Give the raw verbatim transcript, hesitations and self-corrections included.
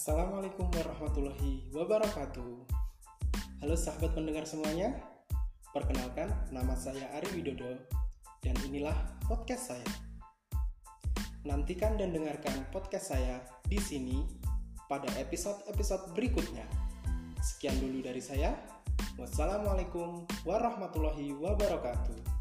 Assalamualaikum warahmatullahi wabarakatuh. Halo sahabat pendengar semuanya. Perkenalkan, nama saya Ari Widodo dan inilah podcast saya. Nantikan dan dengarkan podcast saya di sini pada episode-episode berikutnya. Sekian dulu dari saya. Wassalamualaikum warahmatullahi wabarakatuh.